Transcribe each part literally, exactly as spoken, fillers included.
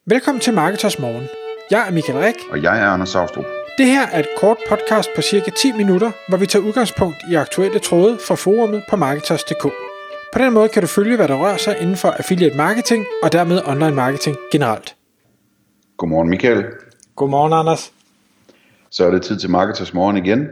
Velkommen til Marketers Morgen. Jeg er Michael Rik. Og jeg er Anders Saustrup. Det her er et kort podcast på cirka ti minutter, hvor vi tager udgangspunkt i aktuelle tråde fra forumet på Marketers punktum d k. På den måde kan du følge, hvad der rører sig inden for affiliate marketing og dermed online marketing generelt. Godmorgen Michael. Godmorgen Anders. Så er det tid til Marketers Morgen igen.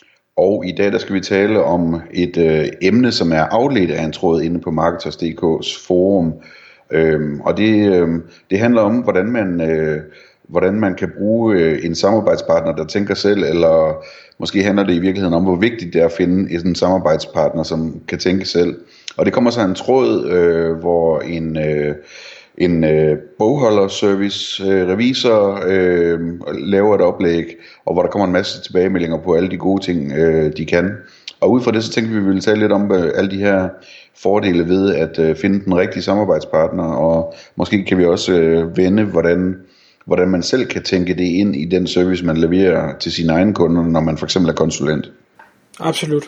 Og i dag der skal vi tale om et øh, emne, som er afledt af en tråd inde på Marketers punktum d k's forum. Øhm, og det, øhm, det handler om, hvordan man, øh, hvordan man kan bruge øh, en samarbejdspartner, der tænker selv, eller måske handler det i virkeligheden om, hvor vigtigt det er at finde en samarbejdspartner, som kan tænke selv. Og det kommer så en tråd, øh, hvor en, øh, en øh, bogholderservice øh, revisor øh, laver et oplæg, og hvor der kommer en masse tilbagemeldinger på alle de gode ting, øh, de kan. Og ud fra det, så tænkte vi, at vi ville tale lidt om øh, alle de her fordele ved at øh, finde den rigtige samarbejdspartner, og måske kan vi også øh, vende, hvordan, hvordan man selv kan tænke det ind i den service, man leverer til sine egne kunder, når man for eksempel er konsulent. Absolut.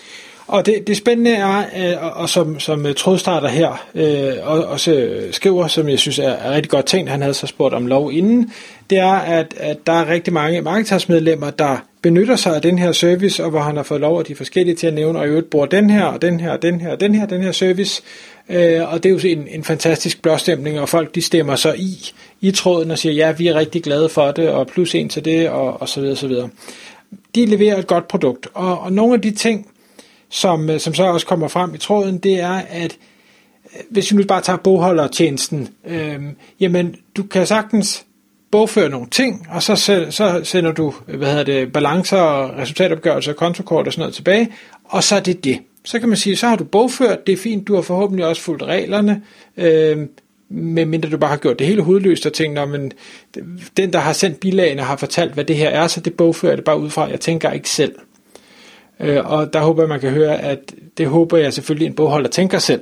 Og det, det spændende er, øh, og som, som trådstarter her, øh, og også skriver, som jeg synes er, er rigtig godt tænkt, han havde så spurgt om lov inden, det er, at, at der er rigtig mange marketersmedlemmer, der benytter sig af den her service, og hvor han har fået lov af de forskellige til at nævne, og i øvrigt bruger den her, og den her, og den her, og den her, den her service, øh, og det er jo en, en fantastisk blåstemning, og folk de stemmer så i, i tråden og siger, ja, vi er rigtig glade for det, og plus en til det, og, og så videre, så videre. De leverer et godt produkt, og, og nogle af de ting, som, som så også kommer frem i tråden, det er, at hvis vi nu bare tager bogholdertjenesten, øh, jamen, du kan sagtens bogføre nogle ting, og så, så sender du hvad hedder det, balancer og resultatopgørelser og kontokort og sådan noget tilbage, og så er det det. Så kan man sige, så har du bogført, det er fint, du har forhåbentlig også fulgt reglerne, øh, medmindre du bare har gjort det hele hudløst og tænkt, men den, der har sendt bilagene, har fortalt, hvad det her er, så det bogfører det bare ud fra, jeg tænker ikke selv. Øh, og der håber jeg, man kan høre, at det håber jeg selvfølgelig, en bogholder tænker selv.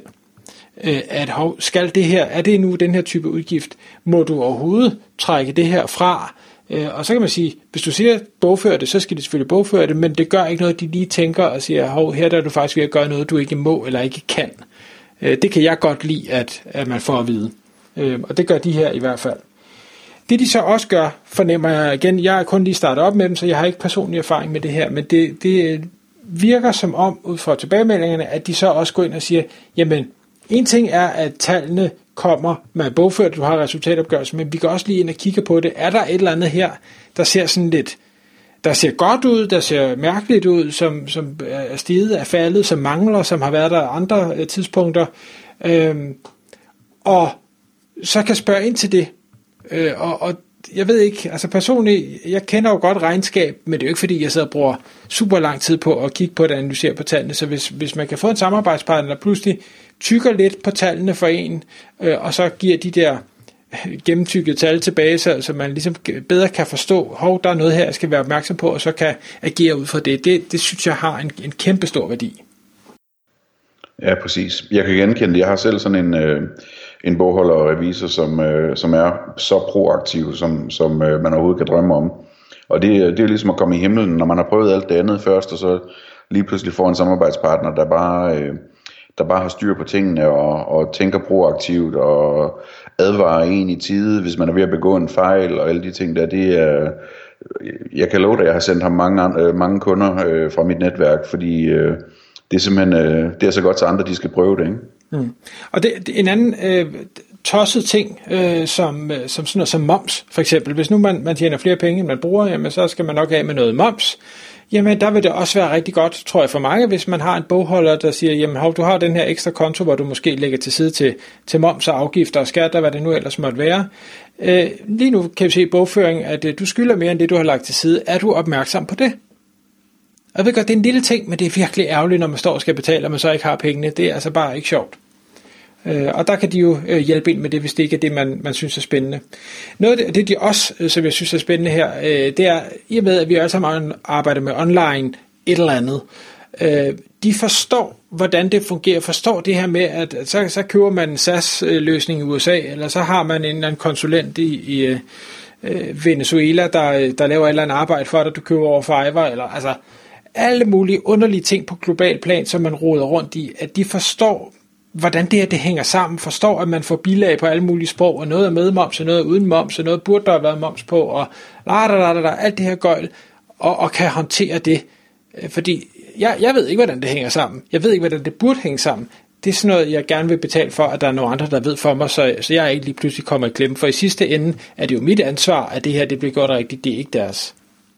At skal det her, er det nu den her type udgift, må du overhovedet trække det her fra, og så kan man sige, hvis du siger bogfør det, så skal de selvfølgelig bogføre det, men det gør ikke noget, de lige tænker og siger, hov, her der er du faktisk ved at gøre noget, du ikke må eller ikke kan. Det kan jeg godt lide, at, at man får at vide, og det gør de her i hvert fald. Det de så også gør, fornemmer jeg igen, jeg er kun lige startet op med dem, så jeg har ikke personlig erfaring med det her, men det, det virker som om, ud fra tilbagemeldingerne, at de så også går ind og siger, jamen, en ting er, at tallene kommer med bogført, du har resultatopgørelsen, men vi kan også lige ind og kigge på det. Er der et eller andet her, der ser sådan lidt, der ser godt ud, der ser mærkeligt ud, som, som er steget, er faldet, som mangler, som har været der andre tidspunkter, øhm, og så kan spørge ind til det. Øh, og, og jeg ved ikke, altså personligt, jeg kender jo godt regnskab, men det er jo ikke fordi, jeg sidder og bruger super lang tid på at kigge på det og analysere på tallene, så hvis, hvis man kan få en samarbejdspartner, der pludselig tykker lidt på tallene for en, øh, og så giver de der gennemtykkede tal tilbage, så, så man ligesom bedre kan forstå, hov, der er noget her, jeg skal være opmærksom på, og så kan agere ud fra det. Det, det synes jeg har en, en kæmpe stor værdi. Ja, præcis. Jeg kan genkende det. Jeg har selv sådan en, øh, en bogholder og revisor, som, øh, som er så proaktiv, som, som øh, man overhovedet kan drømme om. Og det, det er ligesom at komme i himlen, når man har prøvet alt det andet først, og så lige pludselig får en samarbejdspartner, der bare... Øh, der bare har styr på tingene og, og tænker proaktivt og advarer en i tide, hvis man er ved at begå en fejl og alle de ting der, det er, jeg kan love dig, jeg har sendt ham mange, mange kunder øh, fra mit netværk, fordi øh, det er simpelthen, øh, det er så godt, så andre de skal prøve det, ikke? Mm. Og det, det, en anden øh, tosset ting, øh, som, som sådan noget som moms, for eksempel, hvis nu man, man tjener flere penge, end man bruger, jamen, så skal man nok af med noget moms. Jamen, der vil det også være rigtig godt, tror jeg, for mange, hvis man har en bogholder, der siger, jamen, hov, du har den her ekstra konto, hvor du måske lægger til side til, til moms og afgifter og skat, og hvad det nu ellers måtte være. Øh, lige nu kan vi se i bogføringen, at øh, du skylder mere end det, du har lagt til side. Er du opmærksom på det? Og jeg ved godt, det er en lille ting, men det er virkelig ærgerligt, når man står og skal betale, og man så ikke har pengene. Det er altså bare ikke sjovt. Øh, og der kan de jo øh, hjælpe ind med det, hvis det ikke er det, man, man synes er spændende. Noget af det, de også, øh, som jeg synes er spændende her, øh, det er, i og med, at vi alle sammen arbejder med online et eller andet, øh, de forstår, hvordan det fungerer, forstår det her med, at så, så køber man en SaaS-løsning i U S A, eller så har man en eller anden konsulent i, i øh, Venezuela, der, der laver et eller andet arbejde for dig, du køber over Fiverr, eller altså alle mulige underlige ting på global plan, som man roder rundt i, at de forstår hvordan det her det hænger sammen, forstår, at man får bilag på alle mulige sprog, og noget er med moms, og noget er uden moms, og noget burde der have været moms på, og la, la, la, la, la, alt det her gøjl, og, og kan håndtere det. Fordi jeg, jeg ved ikke, hvordan det hænger sammen. Jeg ved ikke, hvordan det burde hænge sammen. Det er sådan noget, jeg gerne vil betale for, at der er nogle andre, der ved for mig, så, så jeg ikke lige pludselig kommer i klemme. For i sidste ende er det jo mit ansvar, at det her det bliver gjort rigtigt, det er ikke deres.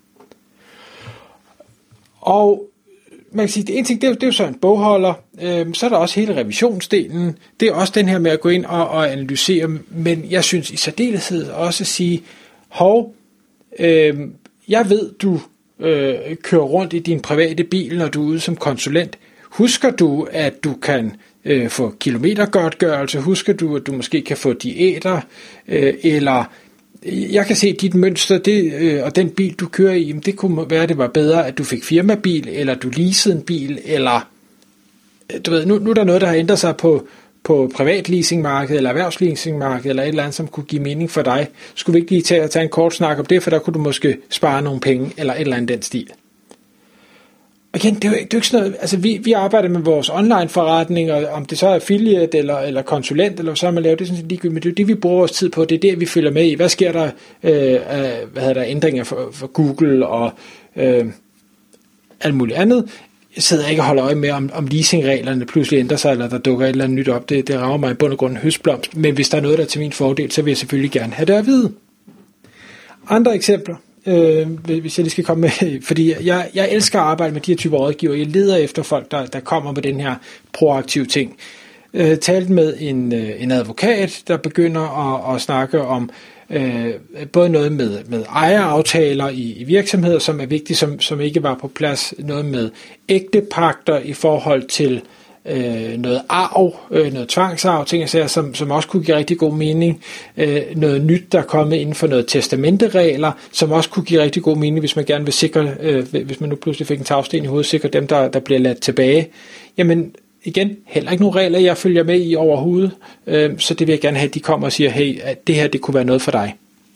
Og man kan sige, det ene ting, det er, det er jo så en bogholder, øhm, så er der også hele revisionsdelen, det er også den her med at gå ind og, og analysere, men jeg synes i særdeleshed også at sige, hov, øhm, jeg ved, du øh, kører rundt i din private bil, når du er ude som konsulent. Husker du, at du kan øh, få kilometergodtgørelse? Husker du, at du måske kan få diæter? Øh, eller jeg kan se dit mønster, det, øh, og den bil, du kører i, det kunne være, at det var bedre, at du fik firmabil, eller du leasede en bil, eller du ved, nu, nu er der noget, der har ændret sig på, på privatleasingmarkedet, eller erhvervsleasingmarkedet, eller et eller andet, som kunne give mening for dig. Skulle vi ikke lige tage, tage en kort snak om det, for der kunne du måske spare nogle penge, eller et eller andet den stil. Og igen, det er jo, det er jo ikke sådan noget, altså vi, vi arbejder med vores online forretninger, om det så er affiliate eller, eller konsulent, eller så man laver det sådan ligegyldigt, men det er det, vi bruger vores tid på, det er det, vi følger med i. Hvad sker der øh, af, hvad hedder der, ændringer for, for Google og øh, alt muligt andet. Jeg sidder ikke og holder øje med, om, om leasingreglerne pludselig ændrer sig, eller der dukker et eller andet nyt op. Det, det rager mig i bund og grund en høstblomst, men hvis der er noget, der er til min fordel, så vil jeg selvfølgelig gerne have det at vide. Andre eksempler. Øh, hvis jeg lige skal komme med, fordi jeg, jeg elsker at arbejde med de her typer rådgiver. Jeg leder efter folk, der, der kommer med den her proaktive ting. Øh, talte med en, en advokat, der begynder at, at snakke om øh, både noget med, med ejeraftaler i, i virksomheder, som er vigtigt, som, som ikke var på plads. Noget med ægtepagter i forhold til Øh, noget arv, øh, noget tvangsarv, ting jeg som, som også kunne give rigtig god mening. Øh, noget nyt, der er kommet inden for noget testamenteregler, som også kunne give rigtig god mening, hvis man gerne vil sikre, øh, hvis man nu pludselig fik en tagsten i hovedet, sikre dem, der, der bliver ladt tilbage. Jamen, igen, heller ikke nogen regler, jeg følger med i overhovedet, øh, så det vil jeg gerne have, at de kommer og siger, hey, at det her, det kunne være noget for dig.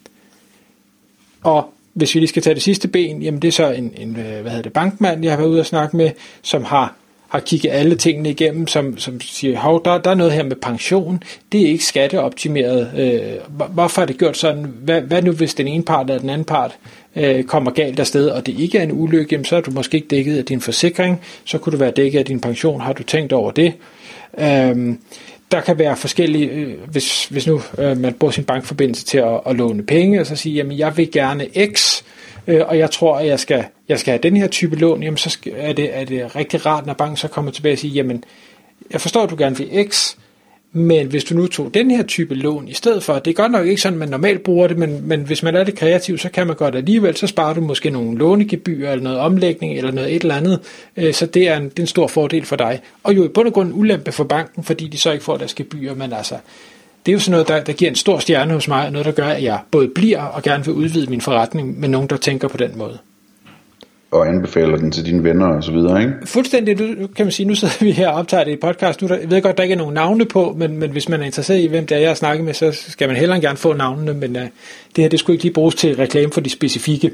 Og hvis vi lige skal tage det sidste ben, jamen det er så en, en hvad hedder det, bankmand, jeg har været ude at snakke med, som har har kigget alle tingene igennem, som, som siger, hov, der, der er noget her med pension, det er ikke skatteoptimeret. Øh, hvorfor er det gjort sådan? Hvad, hvad nu, hvis den ene part eller den anden part øh, kommer galt afsted, og det ikke er en ulykke, jamen, så er du måske ikke dækket af din forsikring, så kunne du være dækket af din pension. Har du tænkt over det? Øh, der kan være forskellige, øh, hvis, hvis nu øh, man bruger sin bankforbindelse til at, at låne penge, og så sige, jamen jeg vil gerne X, øh, og jeg tror, at jeg skal jeg skal have den her type lån, jamen så er det, er det rigtig rart, når banken så kommer tilbage og siger, jamen, jeg forstår, at du gerne vil X, men hvis du nu tog den her type lån i stedet for, det er godt nok ikke sådan, man normalt bruger det, men, men hvis man er lidt kreativ, så kan man godt alligevel, så sparer du måske nogle lånegebyrer, eller noget omlægning, eller noget et eller andet, så det er en, det er en stor fordel for dig. Og jo i bund og grund en ulempe for banken, fordi de så ikke får deres gebyrer, men altså, det er jo sådan noget, der, der giver en stor stjerne hos mig, og noget, der gør, at jeg både bliver og gerne vil udvide min forretning med nogen, der tænker på den måde. Og anbefaler den til dine venner og så videre, ikke? Fuldstændig, nu kan man sige, nu sidder vi her og optager det i podcast, nu der, jeg ved godt, der ikke er nogen navne på, men, men hvis man er interesseret i, hvem det er, jeg har snakket med, så skal man heller gerne få navnene, men uh, det her, det skulle ikke lige bruges til reklame for de specifikke.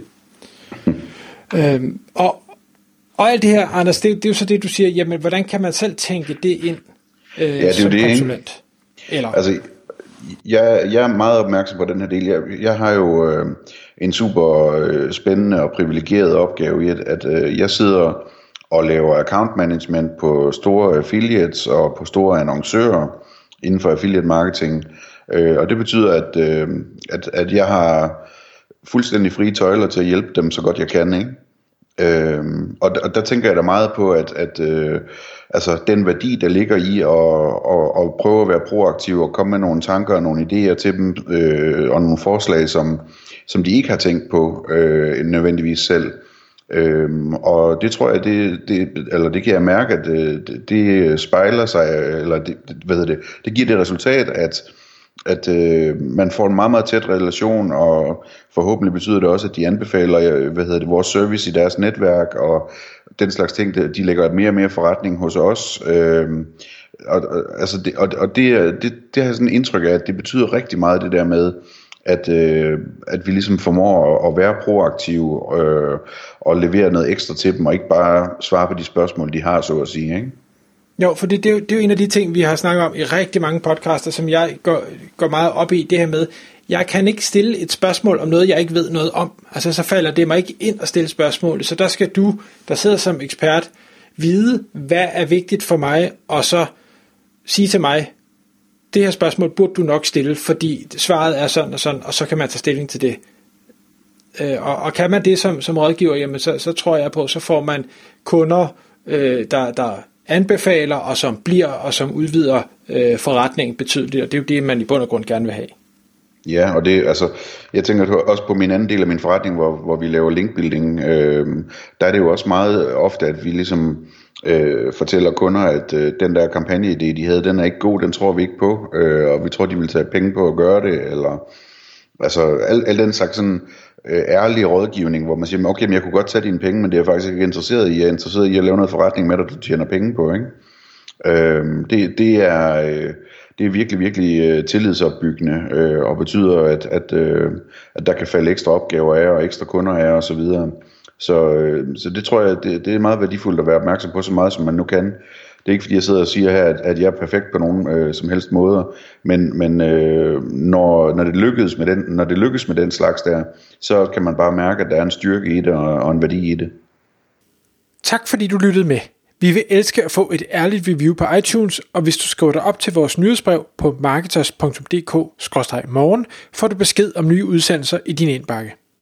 øhm, og, og alt det her, Anders, det, det er jo så det, du siger, jamen, hvordan kan man selv tænke det ind øh, ja, det som det, konsulent? Eller? Altså, jeg, jeg er meget opmærksom på den her del. Jeg, jeg har jo øh, en super øh, spændende og privilegeret opgave i, at, at øh, jeg sidder og laver account management på store affiliates og på store annoncører inden for affiliate marketing. Øh, og det betyder, at, øh, at, at jeg har fuldstændig frie tøjler til at hjælpe dem så godt jeg kan, ikke? Øhm, og, og der tænker jeg da meget på, at, at øh, altså den værdi, der ligger i at, at, at prøve at være proaktiv og komme med nogle tanker og nogle idéer til dem, øh, og nogle forslag, som, som de ikke har tænkt på øh, nødvendigvis selv. Øhm, og det tror jeg, det, det, eller det kan jeg mærke, at det, det spejler sig, eller det, hvad hedder det, det giver det resultat, at at øh, man får en meget, meget tæt relation, og forhåbentlig betyder det også, at de anbefaler hvad hedder det, vores service i deres netværk, og den slags ting, de lægger mere og mere forretning hos os. Øh, og, og, altså det, og, og det, det, det har sådan et indtryk af, at det betyder rigtig meget det der med, at, øh, at vi ligesom formår at være proaktive øh, og levere noget ekstra til dem, og ikke bare svare på de spørgsmål, de har, så at sige, ikke? Jo, for det, det, er jo, det er jo en af de ting, vi har snakket om i rigtig mange podcaster, som jeg går, går meget op i, det her med, jeg kan ikke stille et spørgsmål om noget, jeg ikke ved noget om. Altså så falder det mig ikke ind at stille spørgsmål. Så der skal du, der sidder som ekspert, vide, hvad er vigtigt for mig, og så sige til mig, det her spørgsmål burde du nok stille, fordi svaret er sådan og sådan, og så kan man tage stilling til det. Øh, og, og kan man det som, som rådgiver, jamen så, så tror jeg på, så får man kunder, øh, der, der anbefaler, og som bliver, og som udvider øh, forretningen betydeligt, og det er jo det, man i bund og grund gerne vil have. Ja, og det, altså, jeg tænker også på min anden del af min forretning, hvor, hvor vi laver linkbuilding, øh, der er det jo også meget ofte, at vi ligesom øh, fortæller kunder, at øh, den der kampagneidé, de havde, den er ikke god, den tror vi ikke på, øh, og vi tror, de vil tage penge på at gøre det, eller altså al, al den slags sådan øh, ærlig rådgivning, hvor man siger, okay, men jeg kunne godt tage dine penge, men det er jeg faktisk ikke interesseret i, jeg er interesseret i at lave noget forretning med dig, du tjener penge på, ikke? Øh, det, det er... Øh, Det er virkelig, virkelig uh, tillidsopbyggende uh, og betyder, at, at, uh, at der kan falde ekstra opgaver af og ekstra kunder af og så videre. Så, uh, så det tror jeg, det, det er meget værdifuldt at være opmærksom på så meget, som man nu kan. Det er ikke fordi, jeg sidder og siger her, at, at jeg er perfekt på nogen uh, som helst måder, men, men uh, når, når, det lykkes med den, når det lykkes med den slags der, så kan man bare mærke, at der er en styrke i det og, og en værdi i det. Tak fordi du lyttede med. Vi vil elske at få et ærligt review på iTunes, og hvis du skriver dig op til vores nyhedsbrev på marketers punktum d k skråstreg morgen, får du besked om nye udsendelser i din indbakke.